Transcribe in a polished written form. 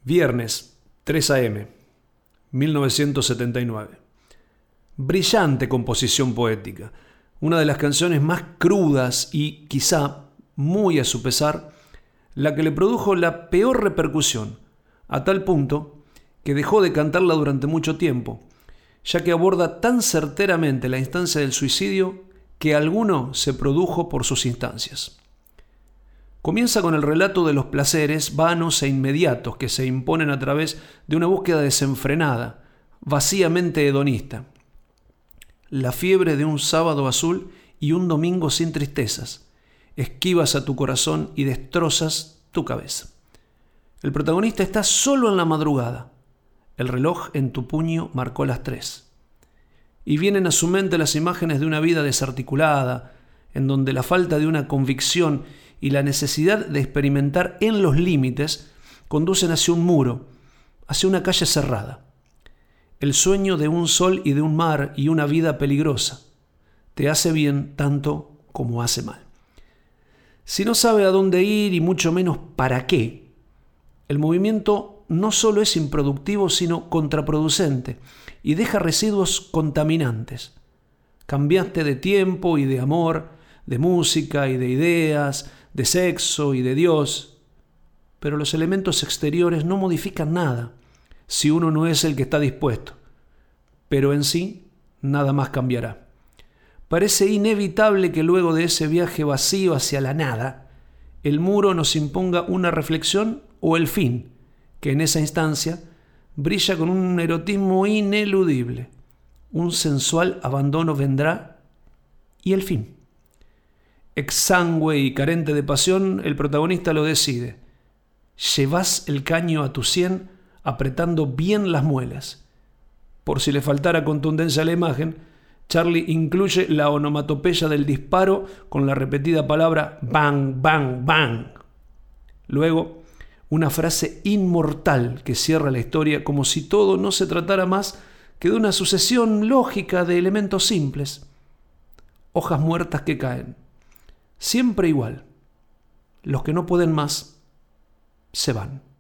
Viernes, 3 a.m., 1979. Brillante composición poética, una de las canciones más crudas y, quizá, muy a su pesar, la que le produjo la peor repercusión, a tal punto que dejó de cantarla durante mucho tiempo, ya que aborda tan certeramente la instancia del suicidio que alguno se produjo por sus instancias. Comienza con el relato de los placeres vanos e inmediatos que se imponen a través de una búsqueda desenfrenada, vacíamente hedonista. La fiebre de un sábado azul y un domingo sin tristezas. Esquivas a tu corazón y destrozas tu cabeza. El protagonista está solo en la madrugada. El reloj en tu puño marcó las 3. Y vienen a su mente las imágenes de una vida desarticulada, en donde la falta de una convicción y la necesidad de experimentar en los límites conducen hacia un muro, hacia una calle cerrada. El sueño de un sol y de un mar y una vida peligrosa te hace bien tanto como hace mal. Si no sabe a dónde ir y mucho menos para qué, el movimiento no solo es improductivo sino contraproducente y deja residuos contaminantes. Cambiaste de tiempo y de amor, de música y de ideas, de sexo y de Dios, pero los elementos exteriores no modifican nada si uno no es el que está dispuesto, pero en sí nada más cambiará. Parece inevitable que luego de ese viaje vacío hacia la nada, el muro nos imponga una reflexión o el fin, que en esa instancia brilla con un erotismo ineludible. Un sensual abandono vendrá y el fin. Exangüe y carente de pasión, el protagonista lo decide. Llevas el caño a tu sien apretando bien las muelas. Por si le faltara contundencia a la imagen, Charlie incluye la onomatopeya del disparo con la repetida palabra bang, bang, bang. Luego, una frase inmortal que cierra la historia como si todo no se tratara más que de una sucesión lógica de elementos simples. Hojas muertas que caen. Siempre igual. Los que no pueden más, se van.